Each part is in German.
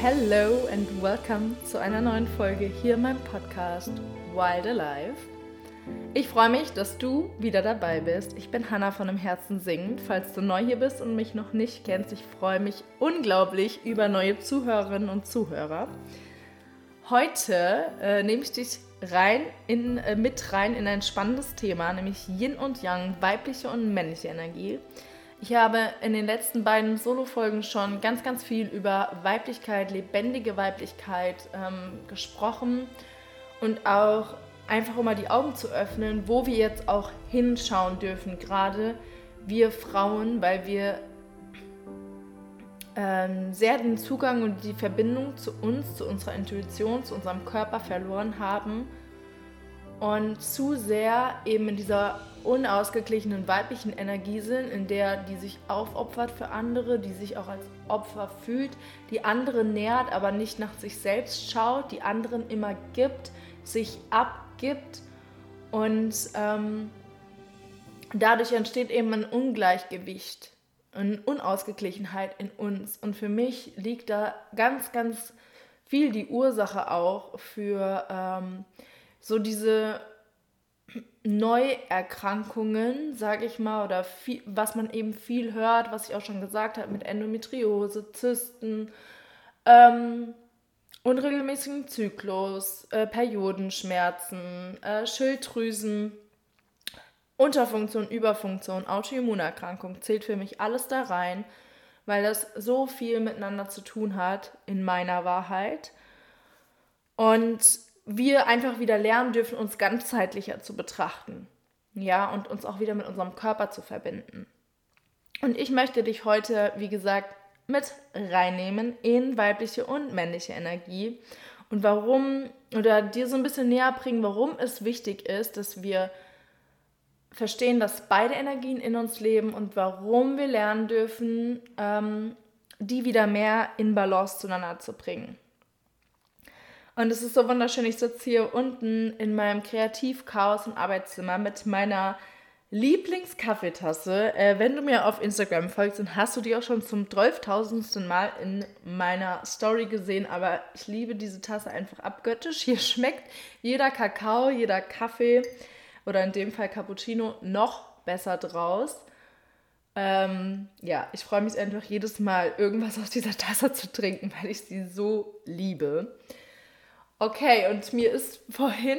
Hello and welcome zu einer neuen Folge hier in meinem Podcast Wild Alive. Ich freue mich, dass du wieder dabei bist. Ich bin Hannah von Im Herzen singend. Falls du neu hier bist und mich noch nicht kennst, ich freue mich unglaublich über neue Zuhörerinnen und Zuhörer. Heute nehme ich dich mit rein in ein spannendes Thema, nämlich Yin und Yang, weibliche und männliche Energie. Ich habe in den letzten beiden Solo-Folgen schon ganz, ganz viel über Weiblichkeit, lebendige Weiblichkeit gesprochen und auch einfach um mal die Augen zu öffnen, wo wir jetzt auch hinschauen dürfen, gerade wir Frauen, weil wir sehr den Zugang und die Verbindung zu uns, zu unserer Intuition, zu unserem Körper verloren haben und zu sehr eben in dieser unausgeglichenen weiblichen Energie sind, in der die sich aufopfert für andere, die sich auch als Opfer fühlt, die andere nährt, aber nicht nach sich selbst schaut, die anderen immer gibt, sich abgibt und dadurch entsteht eben ein Ungleichgewicht, eine Unausgeglichenheit in uns. Und für mich liegt da ganz, ganz viel die Ursache auch für so diese Neuerkrankungen, sage ich mal, oder viel, was man eben viel hört, was ich auch schon gesagt habe, mit Endometriose, Zysten, unregelmäßigen Zyklus, Periodenschmerzen, Schilddrüsen, Unterfunktion, Überfunktion, Autoimmunerkrankung, zählt für mich alles da rein, weil das so viel miteinander zu tun hat in meiner Wahrheit. Und wir einfach wieder lernen dürfen, uns ganzheitlicher zu betrachten, ja, und uns auch wieder mit unserem Körper zu verbinden. Und ich möchte dich heute, wie gesagt, mit reinnehmen in weibliche und männliche Energie und warum, oder dir so ein bisschen näher bringen, warum es wichtig ist, dass wir verstehen, dass beide Energien in uns leben und warum wir lernen dürfen, die wieder mehr in Balance zueinander zu bringen. Und es ist so wunderschön, ich sitze hier unten in meinem Kreativchaos im Arbeitszimmer mit meiner Lieblingskaffeetasse. Wenn du mir auf Instagram folgst, dann hast du die auch schon zum 12.000. Mal in meiner Story gesehen. Aber ich liebe diese Tasse einfach abgöttisch. Hier schmeckt jeder Kakao, jeder Kaffee oder in dem Fall Cappuccino noch besser draus. Ich freue mich einfach jedes Mal, irgendwas aus dieser Tasse zu trinken, weil ich sie so liebe. Okay, und mir ist vorhin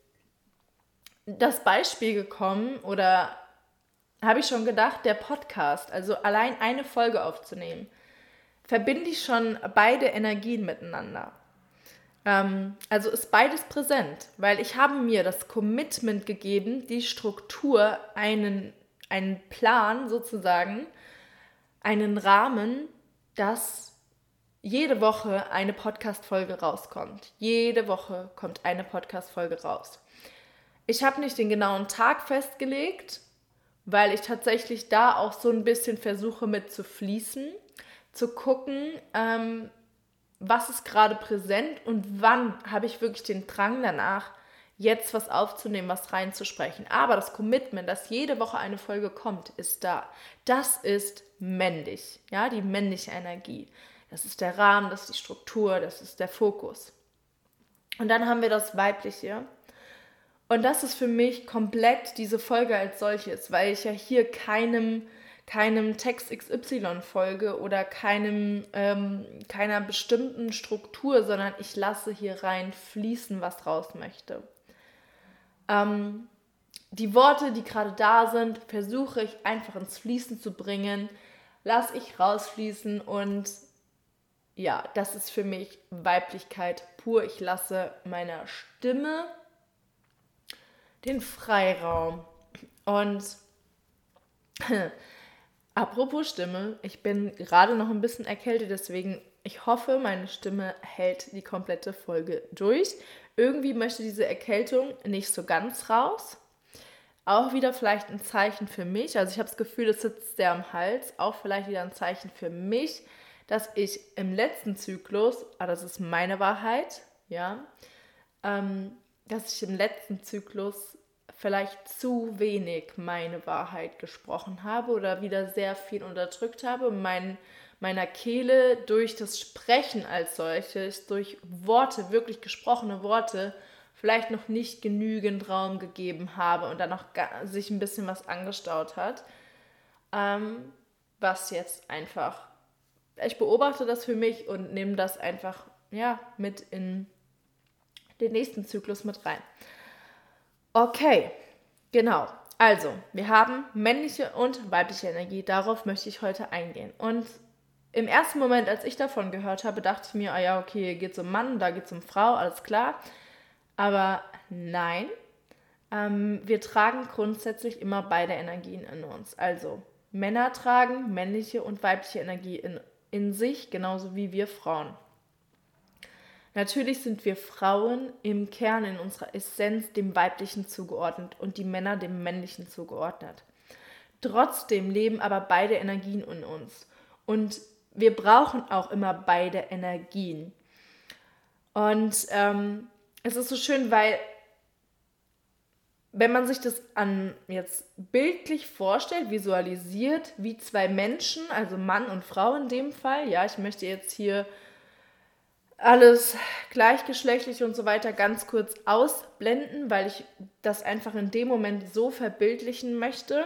das Beispiel gekommen, oder habe ich schon gedacht, der Podcast, also allein eine Folge aufzunehmen, verbinde ich schon beide Energien miteinander. Also ist beides präsent, weil ich habe mir das Commitment gegeben, die Struktur, einen Plan sozusagen, einen Rahmen, dass jede Woche eine Podcast-Folge rauskommt. Jede Woche kommt eine Podcast-Folge raus. Ich habe nicht den genauen Tag festgelegt, weil ich tatsächlich da auch so ein bisschen versuche mit zu fließen, zu gucken, was ist gerade präsent und wann habe ich wirklich den Drang danach, jetzt was aufzunehmen, was reinzusprechen. Aber das Commitment, dass jede Woche eine Folge kommt, ist da. Das ist männlich, ja, die männliche Energie. Das ist der Rahmen, das ist die Struktur, das ist der Fokus. Und dann haben wir das Weibliche. Und das ist für mich komplett diese Folge als solches, weil ich ja hier keinem Text XY folge oder keiner bestimmten Struktur, sondern ich lasse hier rein fließen, was raus möchte. Die Worte, die gerade da sind, versuche ich einfach ins Fließen zu bringen, lasse ich rausfließen und ja, das ist für mich Weiblichkeit pur. Ich lasse meiner Stimme den Freiraum. Und apropos Stimme, ich bin gerade noch ein bisschen erkältet, deswegen ich hoffe, meine Stimme hält die komplette Folge durch. Irgendwie möchte diese Erkältung nicht so ganz raus. Auch wieder vielleicht ein Zeichen für mich. Also ich habe das Gefühl, es sitzt sehr am Hals. Auch vielleicht wieder ein Zeichen für mich, dass ich im letzten Zyklus, das ist meine Wahrheit, ja, dass ich im letzten Zyklus vielleicht zu wenig meine Wahrheit gesprochen habe oder wieder sehr viel unterdrückt habe, meiner Kehle durch das Sprechen als solches, durch Worte, wirklich gesprochene Worte, vielleicht noch nicht genügend Raum gegeben habe und dann noch sich ein bisschen was angestaut hat. Was jetzt einfach, ich beobachte das für mich und nehme das einfach mit in den nächsten Zyklus mit rein. Okay, genau. Also, wir haben männliche und weibliche Energie. Darauf möchte ich heute eingehen. Und im ersten Moment, als ich davon gehört habe, dachte ich mir, okay, hier geht es um Mann, da geht es um Frau, alles klar. Aber nein, wir tragen grundsätzlich immer beide Energien in uns. Also, Männer tragen männliche und weibliche Energie in sich, genauso wie wir Frauen. Natürlich sind wir Frauen im Kern, in unserer Essenz dem Weiblichen zugeordnet und die Männer dem Männlichen zugeordnet. Trotzdem leben aber beide Energien in uns und wir brauchen auch immer beide Energien. Und es ist so schön, weil wenn man sich das jetzt bildlich vorstellt, visualisiert, wie zwei Menschen, also Mann und Frau in dem Fall, ich möchte jetzt hier alles gleichgeschlechtlich und so weiter ganz kurz ausblenden, weil ich das einfach in dem Moment so verbildlichen möchte.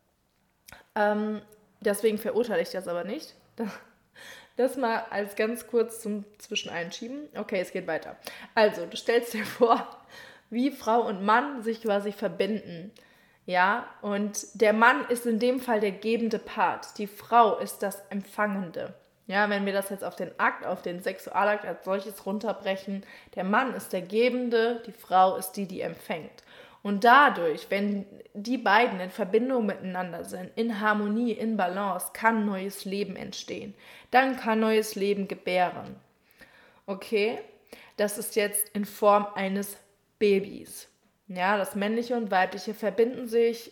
Deswegen verurteile ich das aber nicht. Das mal als ganz kurz zum Zwischeneinschieben. Okay, es geht weiter. Also, du stellst dir vor, wie Frau und Mann sich quasi verbinden. Ja, und der Mann ist in dem Fall der gebende Part. Die Frau ist das Empfangende. Ja, wenn wir das jetzt auf den Sexualakt als solches runterbrechen, der Mann ist der Gebende, die Frau ist die empfängt. Und dadurch, wenn die beiden in Verbindung miteinander sind, in Harmonie, in Balance, kann neues Leben entstehen. Dann kann neues Leben gebären. Okay, das ist jetzt in Form eines Babys. Ja, das Männliche und Weibliche verbinden sich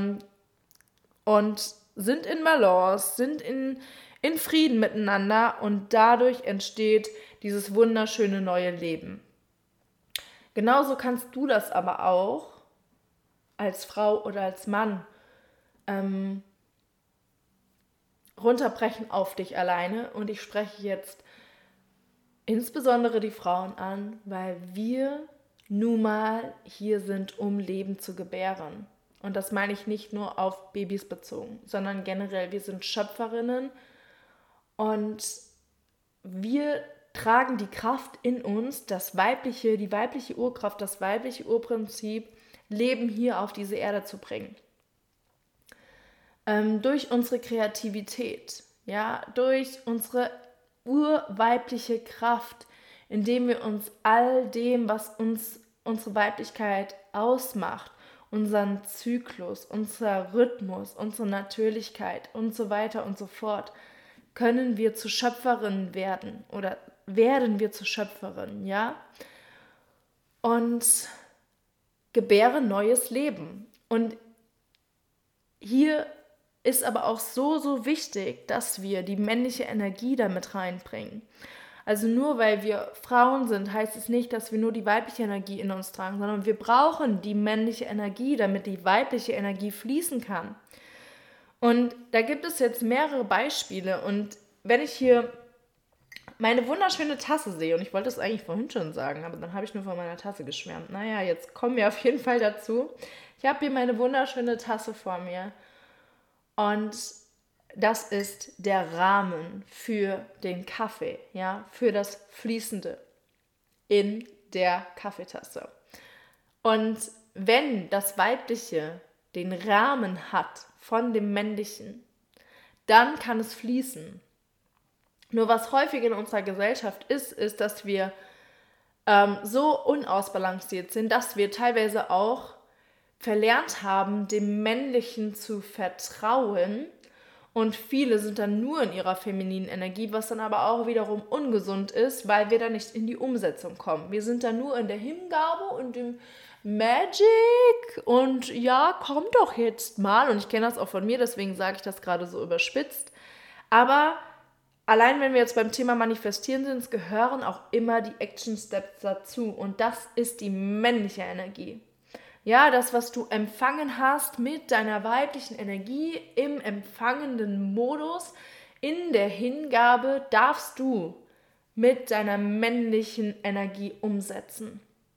und sind in Balance, sind in Frieden miteinander und dadurch entsteht dieses wunderschöne neue Leben. Genauso kannst du das aber auch als Frau oder als Mann runterbrechen auf dich alleine. Und ich spreche jetzt insbesondere die Frauen an, weil wir nun mal hier sind, um Leben zu gebären. Und das meine ich nicht nur auf Babys bezogen, sondern generell, wir sind Schöpferinnen. Und wir tragen die Kraft in uns, die weibliche Urkraft, das weibliche Urprinzip, Leben hier auf diese Erde zu bringen. Durch unsere Kreativität, durch unsere urweibliche Kraft, indem wir uns all dem, was uns unsere Weiblichkeit ausmacht, unseren Zyklus, unser Rhythmus, unsere Natürlichkeit und so weiter und so fort, können wir zu Schöpferinnen werden oder werden wir zu Schöpferinnen, und gebären neues Leben. Und hier ist aber auch so wichtig, dass wir die männliche Energie damit reinbringen. Also nur weil wir Frauen sind, heißt es nicht, dass wir nur die weibliche Energie in uns tragen, sondern wir brauchen die männliche Energie, damit die weibliche Energie fließen kann. Und da gibt es jetzt mehrere Beispiele und wenn ich hier meine wunderschöne Tasse sehe, und ich wollte es eigentlich vorhin schon sagen, aber dann habe ich nur von meiner Tasse geschwärmt. Naja, jetzt kommen wir auf jeden Fall dazu. Ich habe hier meine wunderschöne Tasse vor mir und das ist der Rahmen für den Kaffee, für das Fließende in der Kaffeetasse. Und wenn das Weibliche den Rahmen hat von dem Männlichen, dann kann es fließen. Nur was häufig in unserer Gesellschaft ist, dass wir so unausbalanciert sind, dass wir teilweise auch verlernt haben, dem Männlichen zu vertrauen. Und viele sind dann nur in ihrer femininen Energie, was dann aber auch wiederum ungesund ist, weil wir dann nicht in die Umsetzung kommen. Wir sind dann nur in der Hingabe und im Magic und komm doch jetzt mal. Und ich kenne das auch von mir, deswegen sage ich das gerade so überspitzt. Aber allein wenn wir jetzt beim Thema Manifestieren sind, es gehören auch immer die Action Steps dazu. Und das ist die männliche Energie. Ja, das, was du empfangen hast mit deiner weiblichen Energie im empfangenden Modus, In der Hingabe darfst du mit deiner männlichen Energie umsetzen.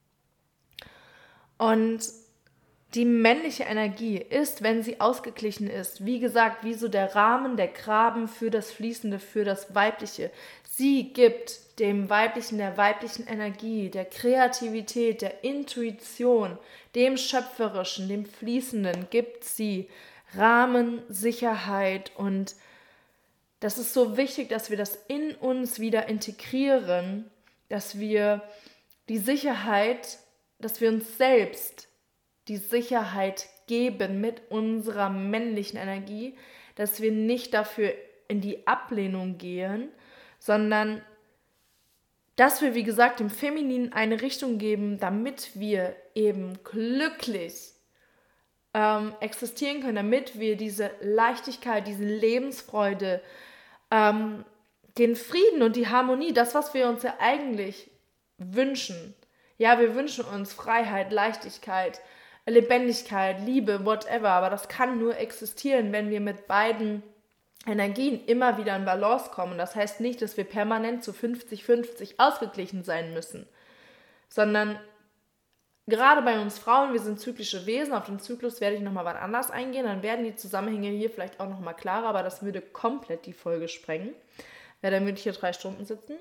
Und die männliche Energie ist, wenn sie ausgeglichen ist, wie gesagt, wie so der Rahmen, der Graben für das Fließende, für das Weibliche. Sie gibt dem Weiblichen, der weiblichen Energie, der Kreativität, der Intuition, dem Schöpferischen, dem Fließenden, gibt sie Rahmen, Sicherheit, und das ist so wichtig, dass wir das in uns wieder integrieren, dass wir die Sicherheit, dass wir uns selbst die Sicherheit geben mit unserer männlichen Energie, dass wir nicht dafür in die Ablehnung gehen, sondern dass wir, wie gesagt, dem Femininen eine Richtung geben, damit wir eben glücklich existieren können, damit wir diese Leichtigkeit, diese Lebensfreude, den Frieden und die Harmonie, das, was wir uns ja eigentlich wünschen. Ja, wir wünschen uns Freiheit, Leichtigkeit, Lebendigkeit, Liebe, whatever, aber das kann nur existieren, wenn wir mit beiden Energien immer wieder in Balance kommen. Das heißt nicht, dass wir permanent zu 50-50 ausgeglichen sein müssen, sondern gerade bei uns Frauen, wir sind zyklische Wesen, auf den Zyklus werde ich nochmal was anders eingehen, dann werden die Zusammenhänge hier vielleicht auch nochmal klarer, aber das würde komplett die Folge sprengen. Ja, dann würde ich hier 3 Stunden sitzen.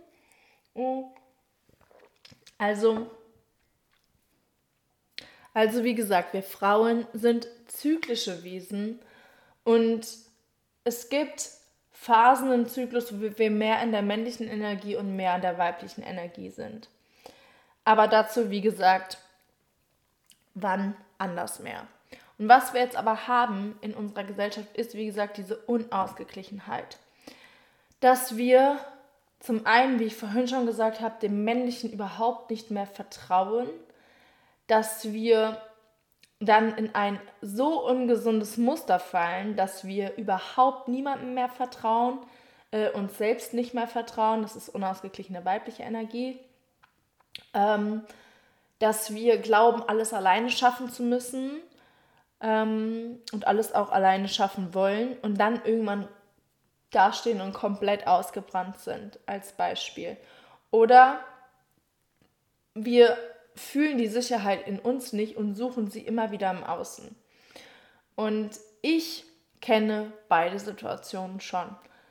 Also wie gesagt, wir Frauen sind zyklische Wesen und es gibt Phasen im Zyklus, wo wir mehr in der männlichen Energie und mehr in der weiblichen Energie sind. Aber dazu, wie gesagt, wann anders mehr. Und was wir jetzt aber haben in unserer Gesellschaft ist, wie gesagt, diese Unausgeglichenheit. Dass wir zum einen, wie ich vorhin schon gesagt habe, dem Männlichen überhaupt nicht mehr vertrauen, dass wir dann in ein so ungesundes Muster fallen, dass wir überhaupt niemandem mehr vertrauen, uns selbst nicht mehr vertrauen, das ist unausgeglichene weibliche Energie, dass wir glauben, alles alleine schaffen zu müssen und alles auch alleine schaffen wollen und dann irgendwann dastehen und komplett ausgebrannt sind, als Beispiel. Oder wir fühlen die Sicherheit in uns nicht und suchen sie immer wieder im Außen. Und ich kenne beide Situationen schon.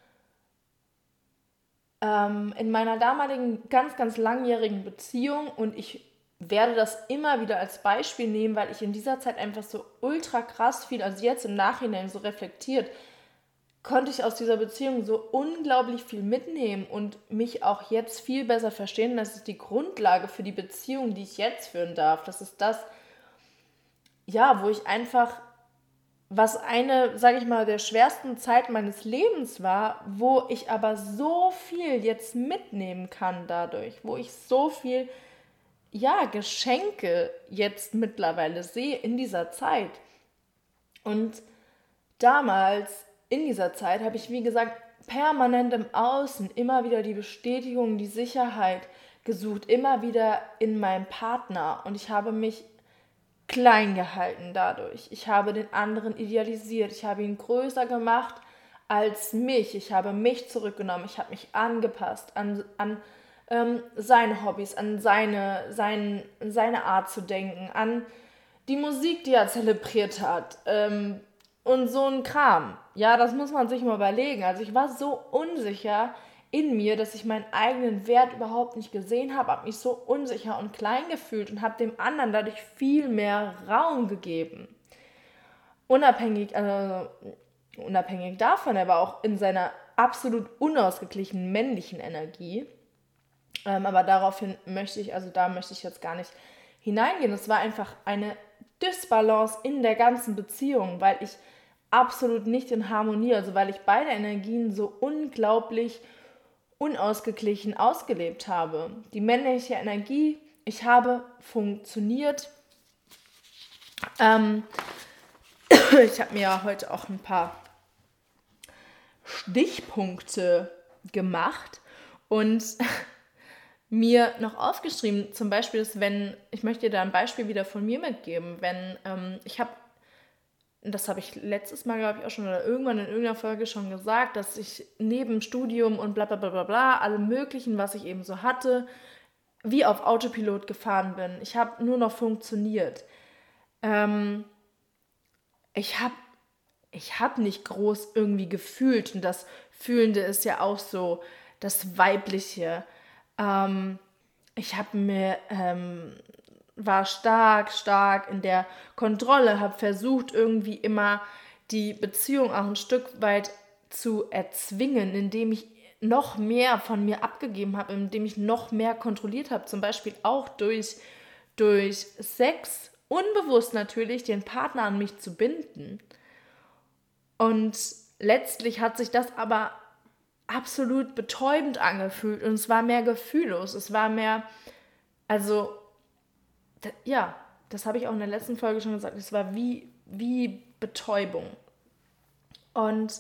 In meiner damaligen ganz, ganz langjährigen Beziehung, und ich werde das immer wieder als Beispiel nehmen, weil ich in dieser Zeit einfach so ultra krass viel, also jetzt im Nachhinein so reflektiert, konnte ich aus dieser Beziehung so unglaublich viel mitnehmen und mich auch jetzt viel besser verstehen. Das ist die Grundlage für die Beziehung, die ich jetzt führen darf. Das ist das, ja, wo ich einfach, was eine, sage ich mal, der schwersten Zeit meines Lebens war, wo ich aber so viel jetzt mitnehmen kann dadurch, wo ich so viel, ja, Geschenke jetzt mittlerweile sehe in dieser Zeit. Und damals in dieser Zeit habe ich, wie gesagt, permanent im Außen immer wieder die Bestätigung, die Sicherheit gesucht, immer wieder in meinem Partner. Und ich habe mich klein gehalten dadurch. Ich habe den anderen idealisiert. Ich habe ihn größer gemacht als mich. Ich habe mich zurückgenommen. Ich habe mich angepasst an seine Hobbys, an seine Art zu denken, an die Musik, die er zelebriert hat. Und so ein Kram. Ja, das muss man sich mal überlegen. Also ich war so unsicher in mir, dass ich meinen eigenen Wert überhaupt nicht gesehen habe mich so unsicher und klein gefühlt und habe dem anderen dadurch viel mehr Raum gegeben. Unabhängig davon, aber auch in seiner absolut unausgeglichenen männlichen Energie. Aber daraufhin möchte ich jetzt gar nicht hineingehen. Es war einfach eine Dysbalance in der ganzen Beziehung, weil ich absolut nicht in Harmonie, also weil ich beide Energien so unglaublich unausgeglichen ausgelebt habe. Die männliche Energie, ich habe funktioniert. Ich habe mir ja heute auch ein paar Stichpunkte gemacht und mir noch aufgeschrieben, zum Beispiel, ich möchte dir da ein Beispiel wieder von mir mitgeben, wenn ich habe das habe ich letztes Mal, glaube ich, auch schon oder irgendwann in irgendeiner Folge schon gesagt, dass ich neben Studium und bla bla bla bla bla, allem Möglichen, was ich eben so hatte, wie auf Autopilot gefahren bin. Ich habe nur noch funktioniert. Ich hab nicht groß irgendwie gefühlt, und das Fühlende ist ja auch so das Weibliche. Ich habe mir war stark in der Kontrolle, habe versucht irgendwie immer die Beziehung auch ein Stück weit zu erzwingen, indem ich noch mehr von mir abgegeben habe, indem ich noch mehr kontrolliert habe, zum Beispiel auch durch Sex, unbewusst natürlich den Partner an mich zu binden. Und letztlich hat sich das aber absolut betäubend angefühlt und es war mehr gefühllos, es war mehr, also ja, das habe ich auch in der letzten Folge schon gesagt, es war wie Betäubung. Und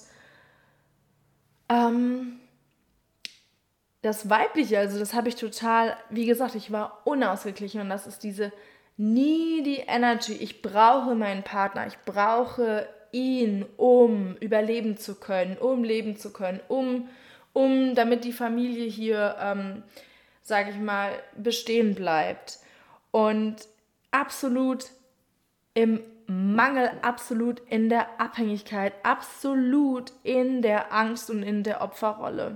das Weibliche, also das habe ich total, wie gesagt, ich war unausgeglichen und das ist diese needy Energy. Ich brauche meinen Partner, ich brauche ihn, um überleben zu können, um leben zu können, damit die Familie hier, sage ich mal, bestehen bleibt. Und absolut im Mangel, absolut in der Abhängigkeit, absolut in der Angst und in der Opferrolle.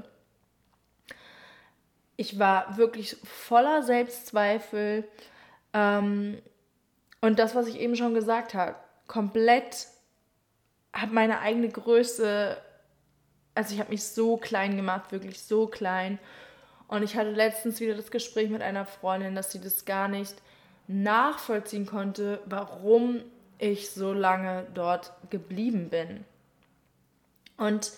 Ich war wirklich voller Selbstzweifel. Und das, was ich eben schon gesagt habe, komplett habe meine eigene Größe, also ich habe mich so klein gemacht, wirklich so klein. Und ich hatte letztens wieder das Gespräch mit einer Freundin, dass sie das gar nicht nachvollziehen konnte, warum ich so lange dort geblieben bin. Und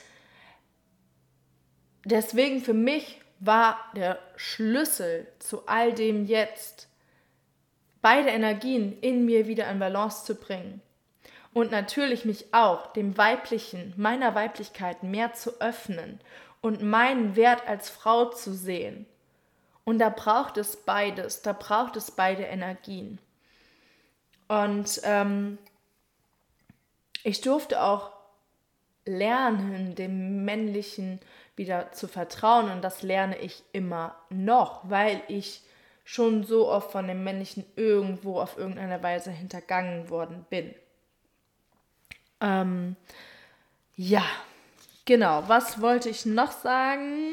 deswegen für mich war der Schlüssel zu all dem jetzt, beide Energien in mir wieder in Balance zu bringen. Und natürlich mich auch dem Weiblichen, meiner Weiblichkeit mehr zu öffnen und meinen Wert als Frau zu sehen. Und da braucht es beides, da braucht es beide Energien. Und ich durfte auch lernen, dem Männlichen wieder zu vertrauen. Und das lerne ich immer noch, weil ich schon so oft von dem Männlichen irgendwo auf irgendeine Weise hintergangen worden bin. Ja, genau. Was wollte ich noch sagen?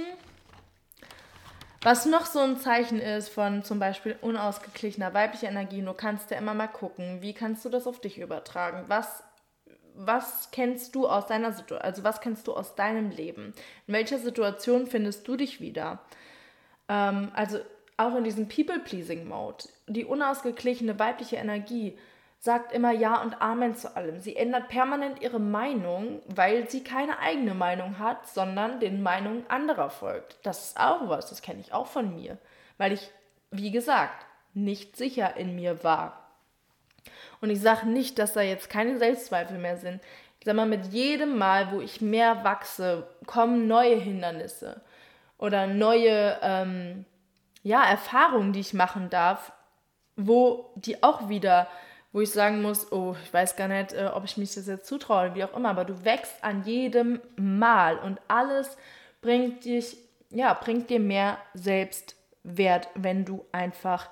Was noch so ein Zeichen ist von zum Beispiel unausgeglichener weiblicher Energie, du kannst ja immer mal gucken, wie kannst du das auf dich übertragen? Was kennst du aus deiner Situation, also was kennst du aus deinem Leben? In welcher Situation findest du dich wieder? Also auch in diesem People-Pleasing-Mode. Die unausgeglichene weibliche Energie sagt immer Ja und Amen zu allem. Sie ändert permanent ihre Meinung, weil sie keine eigene Meinung hat, sondern den Meinungen anderer folgt. Das ist auch was, das kenne ich auch von mir, weil ich, wie gesagt, nicht sicher in mir war. Und ich sage nicht, dass da jetzt keine Selbstzweifel mehr sind. Ich sage mal, mit jedem Mal, wo ich mehr wachse, kommen neue Hindernisse oder neue Erfahrungen, die ich machen darf, wo ich sagen muss, oh, ich weiß gar nicht, ob ich mich das jetzt zutraue, wie auch immer, aber du wächst an jedem Mal und alles bringt dir mehr Selbstwert, wenn du einfach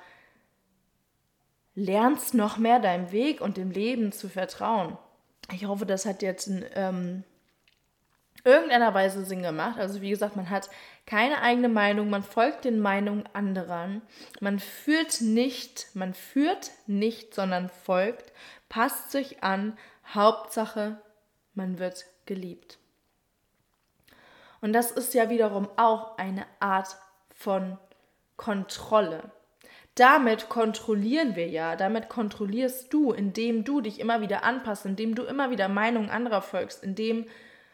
lernst, noch mehr deinem Weg und dem Leben zu vertrauen. Ich hoffe, das hat jetzt in irgendeiner Weise Sinn gemacht. Also wie gesagt, man hat keine eigene Meinung, man folgt den Meinungen anderer, man führt nicht, sondern folgt, passt sich an, Hauptsache, man wird geliebt. Und das ist ja wiederum auch eine Art von Kontrolle. Damit kontrollieren wir ja, damit kontrollierst du, indem du dich immer wieder anpasst, indem du immer wieder Meinungen anderer folgst, indem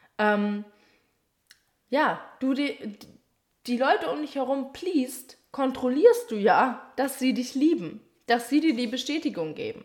du die Leute um dich herum pleased, kontrollierst du ja, dass sie dich lieben, dass sie dir die Bestätigung geben.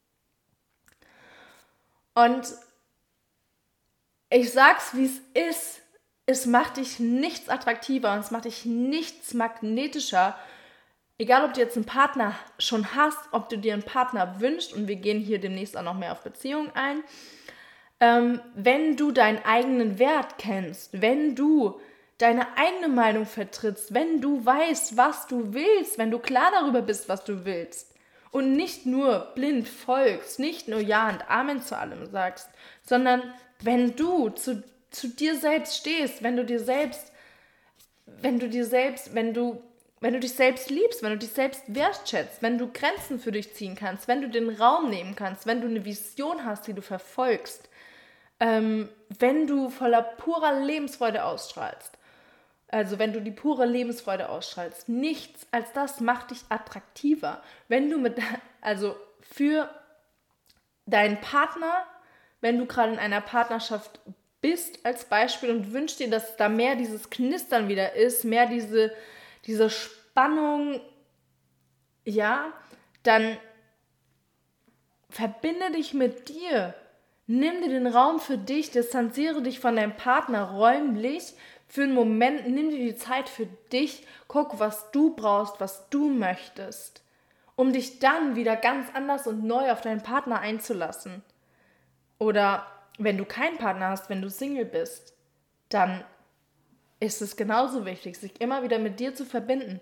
Und ich sag's, wie es ist, es macht dich nichts attraktiver und es macht dich nichts magnetischer, egal ob du jetzt einen Partner schon hast, ob du dir einen Partner wünschst, und wir gehen hier demnächst auch noch mehr auf Beziehungen ein, wenn du deinen eigenen Wert kennst, wenn du deine eigene Meinung vertrittst, wenn du weißt, was du willst, wenn du klar darüber bist, was du willst und nicht nur blind folgst, nicht nur Ja und Amen zu allem sagst, sondern wenn du zu dir selbst stehst, wenn du dich selbst liebst, wenn du dich selbst wertschätzt, wenn du Grenzen für dich ziehen kannst, wenn du den Raum nehmen kannst, wenn du eine Vision hast, die du verfolgst, wenn du voller purer Lebensfreude ausstrahlst, also wenn du die pure Lebensfreude ausstrahlst, nichts als das macht dich attraktiver. Wenn du für deinen Partner, wenn du gerade in einer Partnerschaft bist als Beispiel und wünschst dir, dass da mehr dieses Knistern wieder ist, mehr diese Spannung, ja, dann verbinde dich mit dir. Nimm dir den Raum für dich, distanziere dich von deinem Partner räumlich für einen Moment, nimm dir die Zeit für dich, guck, was du brauchst, was du möchtest, um dich dann wieder ganz anders und neu auf deinen Partner einzulassen. Oder wenn du keinen Partner hast, wenn du Single bist, dann ist es genauso wichtig, sich immer wieder mit dir zu verbinden.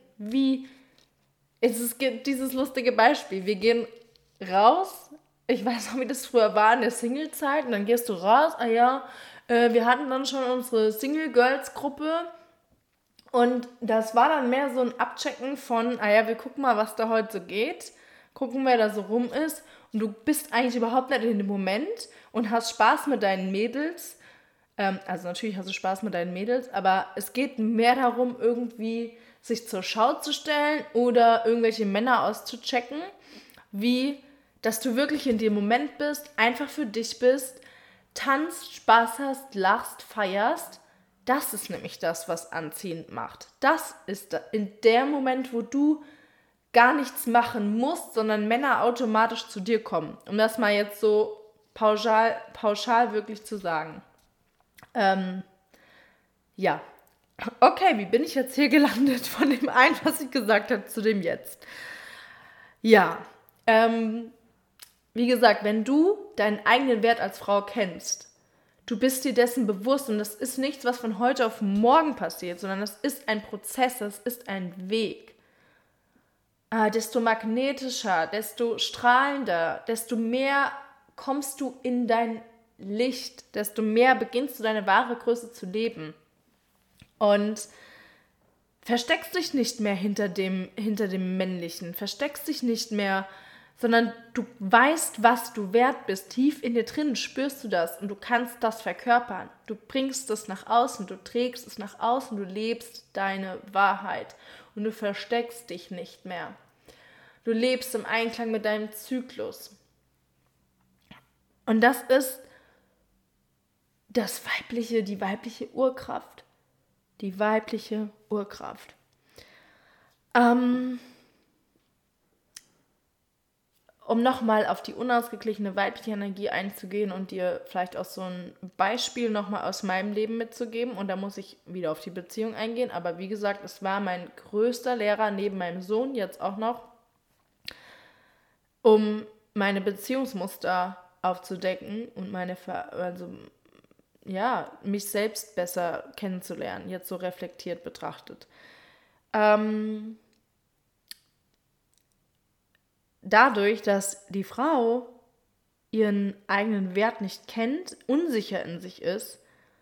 Es gibt dieses lustige Beispiel, wir gehen raus, ich weiß noch, wie das früher war in der Single-Zeit, und dann gehst du raus, wir hatten dann schon unsere Single-Girls-Gruppe und das war dann mehr so ein Abchecken von, wir gucken mal, was da heute so geht, gucken, wer da so rum ist, und du bist eigentlich überhaupt nicht in dem Moment und hast Spaß mit deinen Mädels. Also natürlich hast du Spaß mit deinen Mädels, aber es geht mehr darum, irgendwie sich zur Schau zu stellen oder irgendwelche Männer auszuchecken, wie dass du wirklich in dem Moment bist, einfach für dich bist, tanzt, Spaß hast, lachst, feierst. Das ist nämlich das, was anziehend macht. Das ist in der Moment, wo du gar nichts machen musst, sondern Männer automatisch zu dir kommen. Um das mal jetzt so pauschal wirklich zu sagen. Ja. Okay, wie bin ich jetzt hier gelandet von dem einen, was ich gesagt habe, zu dem jetzt? Ja, wie gesagt, wenn du deinen eigenen Wert als Frau kennst, du bist dir dessen bewusst, und das ist nichts, was von heute auf morgen passiert, sondern das ist ein Prozess, das ist ein Weg. Desto magnetischer, desto strahlender, desto mehr kommst du in dein Licht, desto mehr beginnst du deine wahre Größe zu leben. Und versteckst dich nicht mehr hinter dem Männlichen, versteckst dich nicht mehr, sondern du weißt, was du wert bist. Tief in dir drin spürst du das und du kannst das verkörpern. Du bringst es nach außen, du trägst es nach außen, du lebst deine Wahrheit und du versteckst dich nicht mehr. Du lebst im Einklang mit deinem Zyklus. Und das ist die weibliche Urkraft. Die weibliche Urkraft. Um nochmal auf die unausgeglichene weibliche Energie einzugehen und dir vielleicht auch so ein Beispiel nochmal aus meinem Leben mitzugeben. Und da muss ich wieder auf die Beziehung eingehen. Aber wie gesagt, es war mein größter Lehrer neben meinem Sohn jetzt auch noch, um meine Beziehungsmuster aufzudecken und mich selbst besser kennenzulernen, jetzt so reflektiert betrachtet. Dadurch, dass die Frau ihren eigenen Wert nicht kennt, unsicher in sich ist,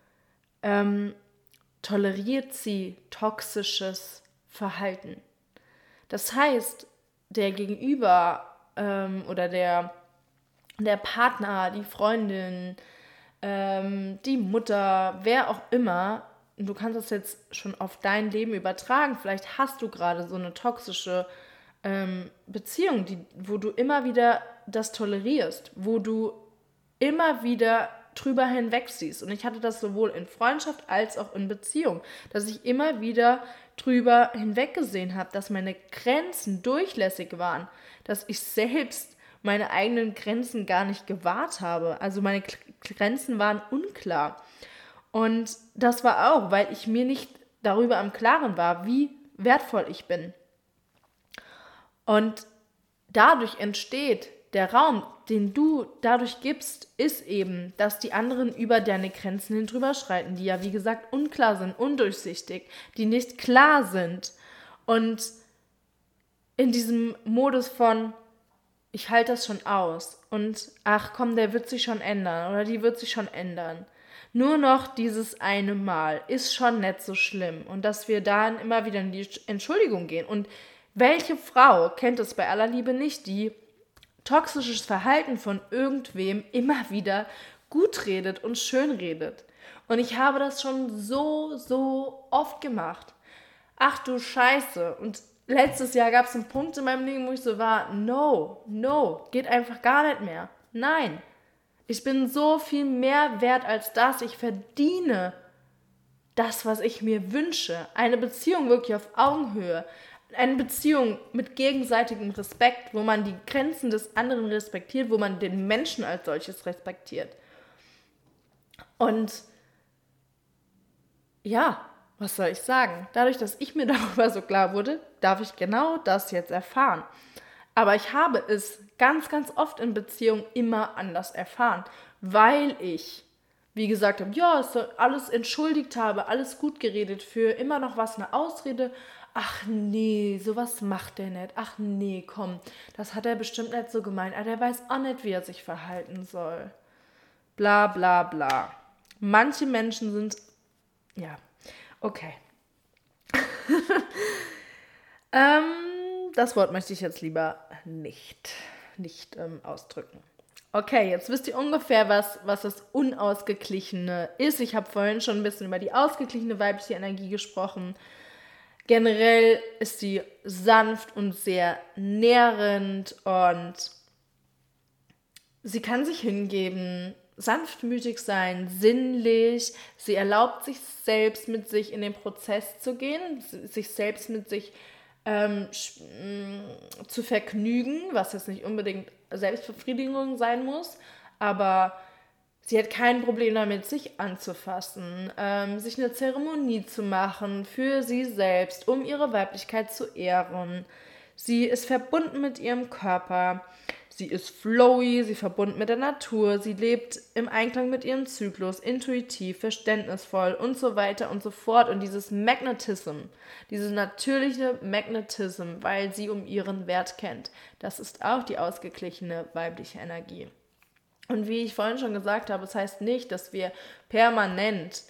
toleriert sie toxisches Verhalten. Das heißt, der Gegenüber oder der Partner, die Freundin, die Mutter, wer auch immer, du kannst das jetzt schon auf dein Leben übertragen, vielleicht hast du gerade so eine toxische Beziehung, wo du immer wieder das tolerierst, wo du immer wieder drüber hinwegsiehst. Und ich hatte das sowohl in Freundschaft als auch in Beziehung, dass ich immer wieder drüber hinweggesehen habe, dass meine Grenzen durchlässig waren, dass ich selbst meine eigenen Grenzen gar nicht gewahrt habe. Also meine Grenzen waren unklar. Und das war auch, weil ich mir nicht darüber im Klaren war, wie wertvoll ich bin. Und dadurch entsteht der Raum, den du dadurch gibst, ist eben, dass die anderen über deine Grenzen hin drüber schreiten, die ja wie gesagt unklar sind, undurchsichtig, die nicht klar sind. Und in diesem Modus von, ich halte das schon aus und ach komm, der wird sich schon ändern oder die wird sich schon ändern. Nur noch dieses eine Mal ist schon nicht so schlimm und dass wir dann immer wieder in die Entschuldigung gehen. Und welche Frau kennt es bei aller Liebe nicht, die toxisches Verhalten von irgendwem immer wieder gut redet und schön redet? Und ich habe das schon so oft gemacht. Ach du Scheiße. Und letztes Jahr gab es einen Punkt in meinem Leben, wo ich so war, no, geht einfach gar nicht mehr. Nein, ich bin so viel mehr wert als das. Ich verdiene das, was ich mir wünsche. Eine Beziehung wirklich auf Augenhöhe. Eine Beziehung mit gegenseitigem Respekt, wo man die Grenzen des anderen respektiert, wo man den Menschen als solches respektiert. Und ja, was soll ich sagen? Dadurch, dass ich mir darüber so klar wurde, darf ich genau das jetzt erfahren. Aber ich habe es ganz oft in Beziehungen immer anders erfahren, weil ich, wie gesagt habe, ja, alles entschuldigt habe, alles gut geredet, für immer noch was eine Ausrede. Ach nee, sowas macht der nicht. Ach nee, komm, das hat er bestimmt nicht so gemeint. Der weiß auch nicht, wie er sich verhalten soll. Bla bla bla. Manche Menschen sind, ja, okay. Das Wort möchte ich jetzt lieber nicht ausdrücken. Okay, jetzt wisst ihr ungefähr, was das Unausgeglichene ist. Ich habe vorhin schon ein bisschen über die ausgeglichene weibliche Energie gesprochen. Generell ist sie sanft und sehr nährend und sie kann sich hingeben, sanftmütig sein, sinnlich. Sie erlaubt sich selbst mit sich in den Prozess zu gehen, sich selbst mit sich zu vergnügen, was jetzt nicht unbedingt Selbstbefriedigung sein muss, aber sie hat kein Problem damit, sich anzufassen, sich eine Zeremonie zu machen für sie selbst, um ihre Weiblichkeit zu ehren. Sie ist verbunden mit ihrem Körper, sie ist flowy, sie ist verbunden mit der Natur, sie lebt im Einklang mit ihrem Zyklus, intuitiv, verständnisvoll und so weiter und so fort. Und dieses Magnetism, dieses natürliche Magnetism, weil sie um ihren Wert kennt, das ist auch die ausgeglichene weibliche Energie. Und wie ich vorhin schon gesagt habe, es heißt nicht, dass wir permanent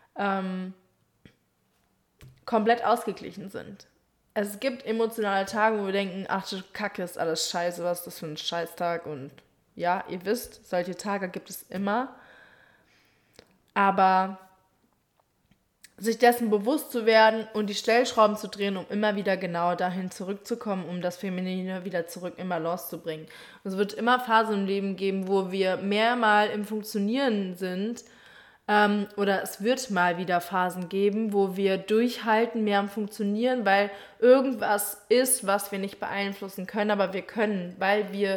komplett ausgeglichen sind. Es gibt emotionale Tage, wo wir denken, ach du Kacke, ist alles scheiße, was ist das für ein Scheißtag? Und ja, ihr wisst, solche Tage gibt es immer. Aber sich dessen bewusst zu werden und die Stellschrauben zu drehen, um immer wieder genau dahin zurückzukommen, um das Feminine wieder zurück in Balance zu bringen. Und es wird immer Phasen im Leben geben, wo wir mehr mal im Funktionieren sind, oder es wird mal wieder Phasen geben, wo wir durchhalten, mehr am Funktionieren, weil irgendwas ist, was wir nicht beeinflussen können, aber wir können, weil wir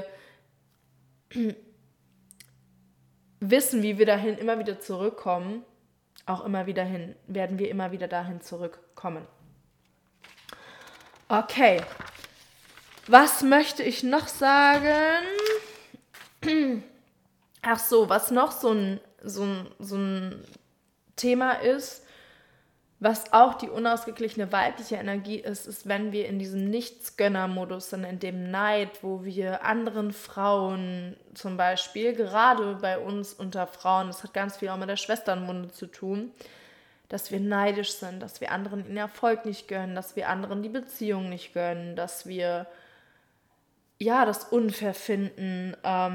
wissen, wie wir dahin immer wieder zurückkommen, auch immer wieder hin, werden wir immer wieder dahin zurückkommen. Okay, was möchte ich noch sagen? Ach so, was noch so ein Thema ist, was auch die unausgeglichene weibliche Energie ist, wenn wir in diesem Nichtsgönner-Modus sind, in dem Neid, wo wir anderen Frauen zum Beispiel, gerade bei uns unter Frauen, das hat ganz viel auch mit der Schwesternwunde zu tun, dass wir neidisch sind, dass wir anderen den Erfolg nicht gönnen, dass wir anderen die Beziehung nicht gönnen, dass wir das unfair finden,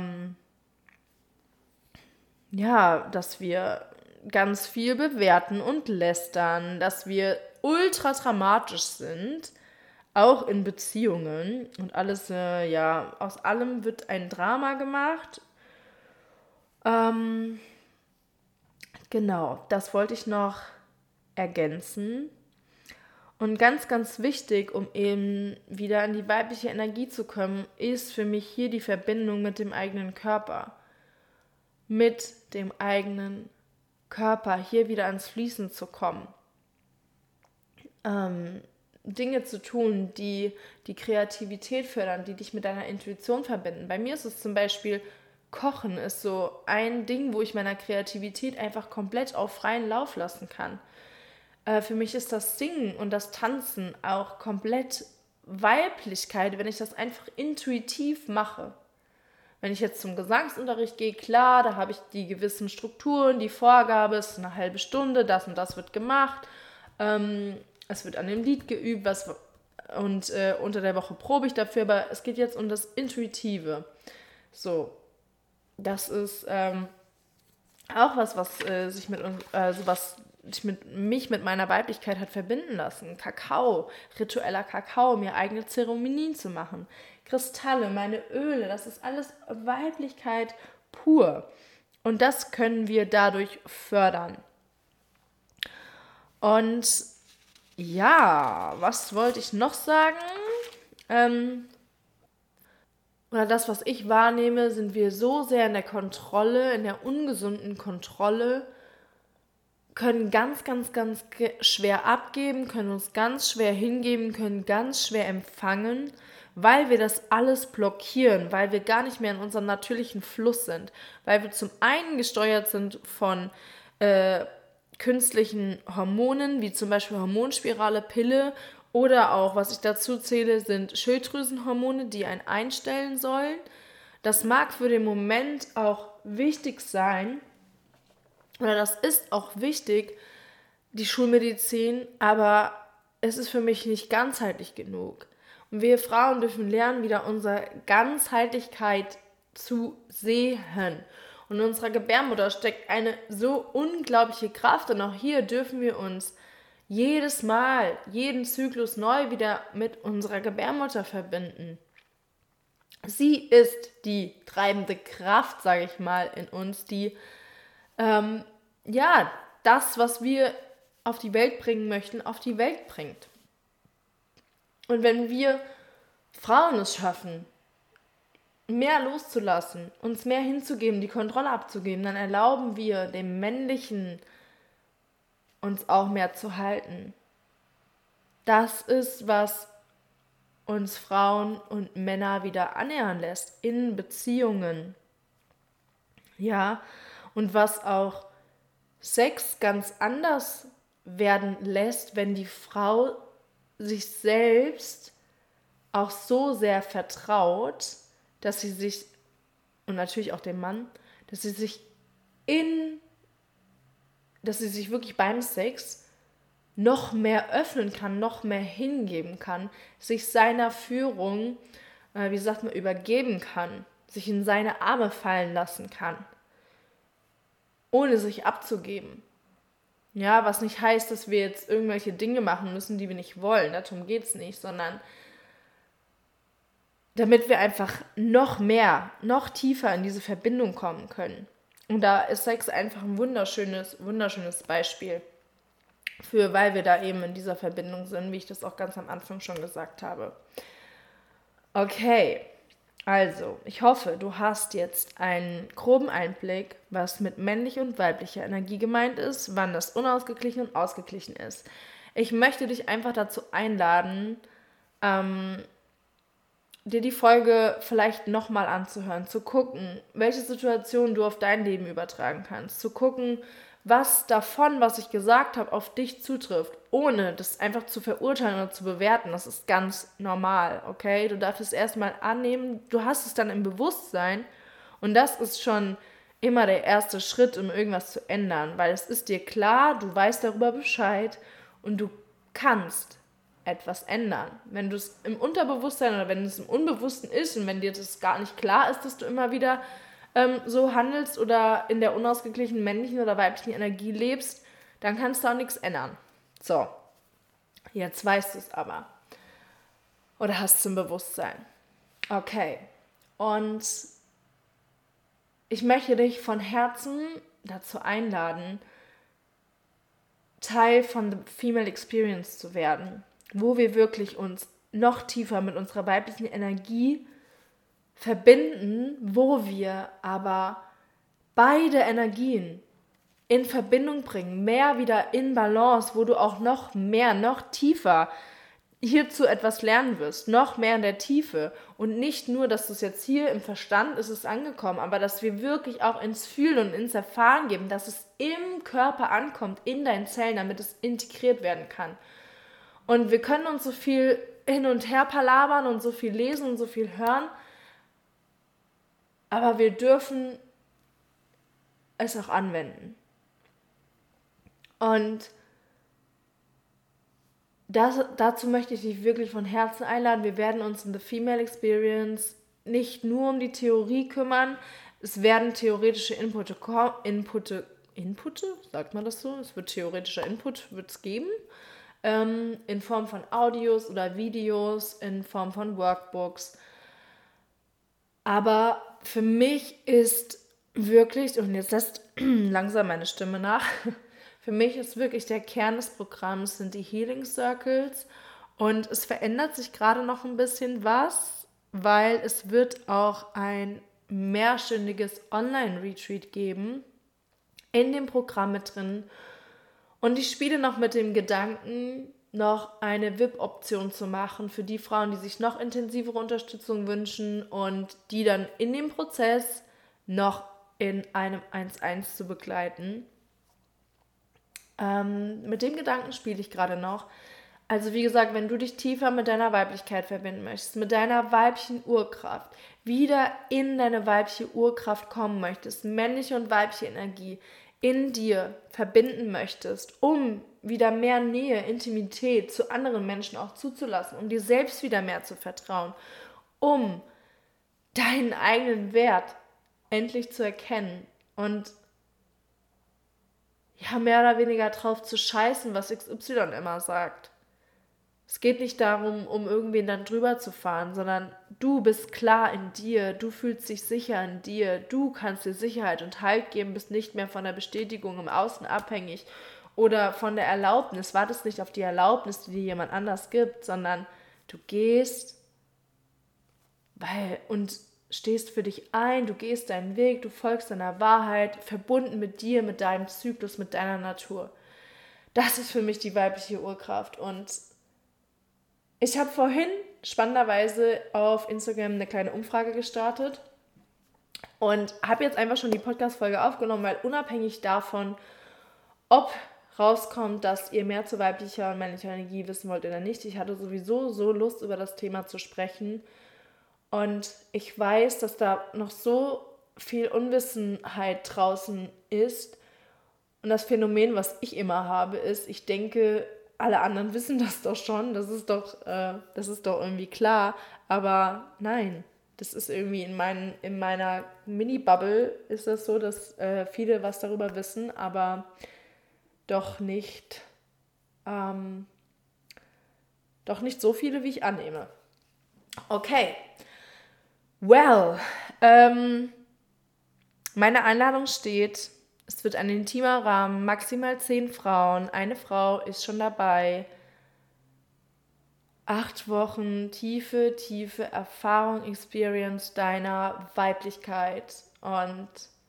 dass wir ganz viel bewerten und lästern, dass wir ultra dramatisch sind, auch in Beziehungen und alles, aus allem wird ein Drama gemacht. Genau, das wollte ich noch ergänzen. Und ganz wichtig, um eben wieder in die weibliche Energie zu kommen, ist für mich hier die Verbindung mit dem eigenen Körper. Mit dem eigenen Körper hier wieder ans Fließen zu kommen. Dinge zu tun, die die Kreativität fördern, die dich mit deiner Intuition verbinden. Bei mir ist es zum Beispiel Kochen ist so ein Ding, wo ich meiner Kreativität einfach komplett auf freien Lauf lassen kann. Für mich ist das Singen und das Tanzen auch komplett Weiblichkeit, wenn ich das einfach intuitiv mache. Wenn ich jetzt zum Gesangsunterricht gehe, klar, da habe ich die gewissen Strukturen, die Vorgabe, es ist eine halbe Stunde, das und das wird gemacht. Es wird an dem Lied geübt und unter der Woche probe ich dafür, aber es geht jetzt um das Intuitive. So, das ist auch was sich mich mit meiner Weiblichkeit hat verbinden lassen. Kakao, ritueller Kakao, mir eigene Zeremonien zu machen. Kristalle, meine Öle, das ist alles Weiblichkeit pur. Und das können wir dadurch fördern. Und ja, was wollte ich noch sagen? Oder das, was ich wahrnehme, sind wir so sehr in der Kontrolle, in der ungesunden Kontrolle, können ganz, ganz, ganz schwer abgeben, können uns ganz schwer hingeben, können ganz schwer empfangen, weil wir das alles blockieren, weil wir gar nicht mehr in unserem natürlichen Fluss sind, weil wir zum einen gesteuert sind von künstlichen Hormonen, wie zum Beispiel Hormonspirale, Pille oder auch, was ich dazu zähle, sind Schilddrüsenhormone, die einen einstellen sollen. Das mag für den Moment auch wichtig sein, oder das ist auch wichtig, die Schulmedizin, aber es ist für mich nicht ganzheitlich genug. Und wir Frauen dürfen lernen, wieder unsere Ganzheitlichkeit zu sehen. Und in unserer Gebärmutter steckt eine so unglaubliche Kraft. Und auch hier dürfen wir uns jedes Mal, jeden Zyklus neu wieder mit unserer Gebärmutter verbinden. Sie ist die treibende Kraft, sage ich mal, in uns, die das, was wir auf die Welt bringen möchten, auf die Welt bringt. Und wenn wir Frauen es schaffen, mehr loszulassen, uns mehr hinzugeben, die Kontrolle abzugeben, dann erlauben wir dem Männlichen, uns auch mehr zu halten. Das ist, was uns Frauen und Männer wieder annähern lässt in Beziehungen. Ja, und was auch Sex ganz anders werden lässt, wenn die Frau sich selbst auch so sehr vertraut, dass sie sich, und natürlich auch dem Mann, dass sie sich wirklich beim Sex noch mehr öffnen kann, noch mehr hingeben kann, sich seiner Führung, übergeben kann, sich in seine Arme fallen lassen kann, ohne sich abzugeben. Ja, was nicht heißt, dass wir jetzt irgendwelche Dinge machen müssen, die wir nicht wollen. Darum geht es nicht, sondern damit wir einfach noch mehr, noch tiefer in diese Verbindung kommen können. Und da ist Sex einfach ein wunderschönes Beispiel für, weil wir da eben in dieser Verbindung sind, wie ich das auch ganz am Anfang schon gesagt habe. Okay, also, ich hoffe, du hast jetzt einen groben Einblick, was mit männlicher und weiblicher Energie gemeint ist, wann das unausgeglichen und ausgeglichen ist. Ich möchte dich einfach dazu einladen, dir die Folge vielleicht nochmal anzuhören, zu gucken, welche Situationen du auf dein Leben übertragen kannst, zu gucken, was davon, was ich gesagt habe, auf dich zutrifft, ohne das einfach zu verurteilen oder zu bewerten. Das ist ganz normal, okay? Du darfst es erstmal annehmen, du hast es dann im Bewusstsein und das ist schon immer der erste Schritt, um irgendwas zu ändern, weil es ist dir klar, du weißt darüber Bescheid und du kannst etwas ändern. Wenn du es im Unterbewusstsein oder wenn es im Unbewussten ist und wenn dir das gar nicht klar ist, dass du immer wieder so handelst oder in der unausgeglichenen männlichen oder weiblichen Energie lebst, dann kannst du auch nichts ändern. So, jetzt weißt du es aber. Oder hast es im Bewusstsein. Okay, und ich möchte dich von Herzen dazu einladen, Teil von The Female Experience zu werden, wo wir wirklich uns noch tiefer mit unserer weiblichen Energie verbinden, wo wir aber beide Energien in Verbindung bringen, mehr wieder in Balance, wo du auch noch mehr, noch tiefer hierzu etwas lernen wirst, noch mehr in der Tiefe und nicht nur, dass du es jetzt hier im Verstand ist es angekommen, aber dass wir wirklich auch ins Fühlen und ins Erfahren geben, dass es im Körper ankommt, in deinen Zellen, damit es integriert werden kann. Und wir können uns so viel hin und her palabern und so viel lesen und so viel hören, aber wir dürfen es auch anwenden. Und dazu möchte ich dich wirklich von Herzen einladen. Wir werden uns in The Female Experience nicht nur um die Theorie kümmern. Es werden theoretische Inputte, sagt man das so? Es wird theoretischer Input geben, in Form von Audios oder Videos, in Form von Workbooks. Aber für mich ist wirklich, und jetzt lässt langsam meine Stimme nach, für mich ist wirklich der Kern des Programms sind die Healing Circles und es verändert sich gerade noch ein bisschen was, weil es wird auch ein mehrstündiges Online-Retreat geben in dem Programm mit drin und ich spiele noch mit dem Gedanken, noch eine VIP-Option zu machen für die Frauen, die sich noch intensivere Unterstützung wünschen und die dann in dem Prozess noch in einem 1:1 zu begleiten. Mit dem Gedanken spiele ich gerade noch. Also wie gesagt, wenn du dich tiefer mit deiner Weiblichkeit verbinden möchtest, mit deiner weiblichen Urkraft, wieder in deine weibliche Urkraft kommen möchtest, männliche und weibliche Energie in dir verbinden möchtest, um wieder mehr Nähe, Intimität zu anderen Menschen auch zuzulassen, um dir selbst wieder mehr zu vertrauen, um deinen eigenen Wert endlich zu erkennen und ja, mehr oder weniger drauf zu scheißen, was XY immer sagt. Es geht nicht darum, um irgendwen dann drüber zu fahren, sondern du bist klar in dir, du fühlst dich sicher in dir, du kannst dir Sicherheit und Halt geben, bist nicht mehr von der Bestätigung im Außen abhängig oder von der Erlaubnis, wartest nicht auf die Erlaubnis, die dir jemand anders gibt, sondern du gehst und stehst für dich ein, du gehst deinen Weg, du folgst deiner Wahrheit, verbunden mit dir, mit deinem Zyklus, mit deiner Natur. Das ist für mich die weibliche Urkraft. Und ich habe vorhin spannenderweise auf Instagram eine kleine Umfrage gestartet und habe jetzt einfach schon die Podcast-Folge aufgenommen, weil unabhängig davon, ob rauskommt, dass ihr mehr zu weiblicher und männlicher Energie wissen wollt oder nicht, ich hatte sowieso so Lust, über das Thema zu sprechen. Und ich weiß, dass da noch so viel Unwissenheit draußen ist. Und das Phänomen, was ich immer habe, ist, ich denke, alle anderen wissen das doch schon. Das ist doch irgendwie klar. Aber nein, das ist irgendwie in meiner Mini-Bubble ist das so, dass viele was darüber wissen, aber doch nicht so viele, wie ich annehme. Okay. Well, meine Einladung steht, es wird ein intimer Rahmen, maximal 10 Frauen, eine Frau ist schon dabei, 8 Wochen tiefe Erfahrung, Experience deiner Weiblichkeit und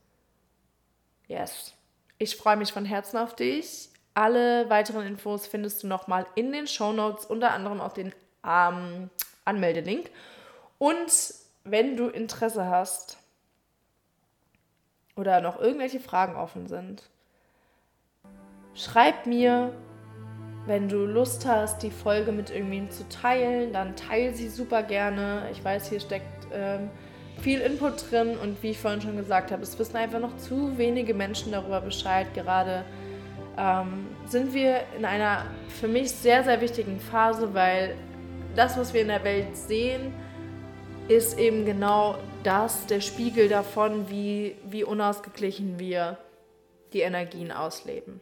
yes, ich freue mich von Herzen auf dich. Alle weiteren Infos findest du nochmal in den Shownotes, unter anderem auch den Anmeldelink und wenn du Interesse hast oder noch irgendwelche Fragen offen sind, schreib mir, wenn du Lust hast, die Folge mit irgendwem zu teilen, dann teile sie super gerne. Ich weiß, hier steckt viel Input drin und wie ich vorhin schon gesagt habe, es wissen einfach noch zu wenige Menschen darüber Bescheid. Gerade sind wir in einer für mich sehr, sehr wichtigen Phase, weil das, was wir in der Welt sehen, ist eben genau das, der Spiegel davon, wie unausgeglichen wir die Energien ausleben.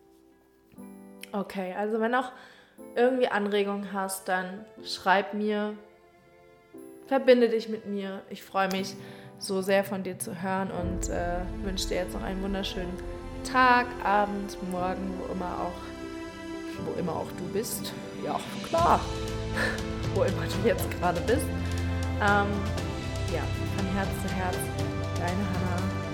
Okay, also wenn auch irgendwie Anregungen hast, dann schreib mir, verbinde dich mit mir. Ich freue mich so sehr von dir zu hören und wünsche dir jetzt noch einen wunderschönen Tag, Abend, Morgen, wo immer auch du bist. Ja, klar, wo immer du jetzt gerade bist. Ja, von Herz zu Herz, deine Hannah.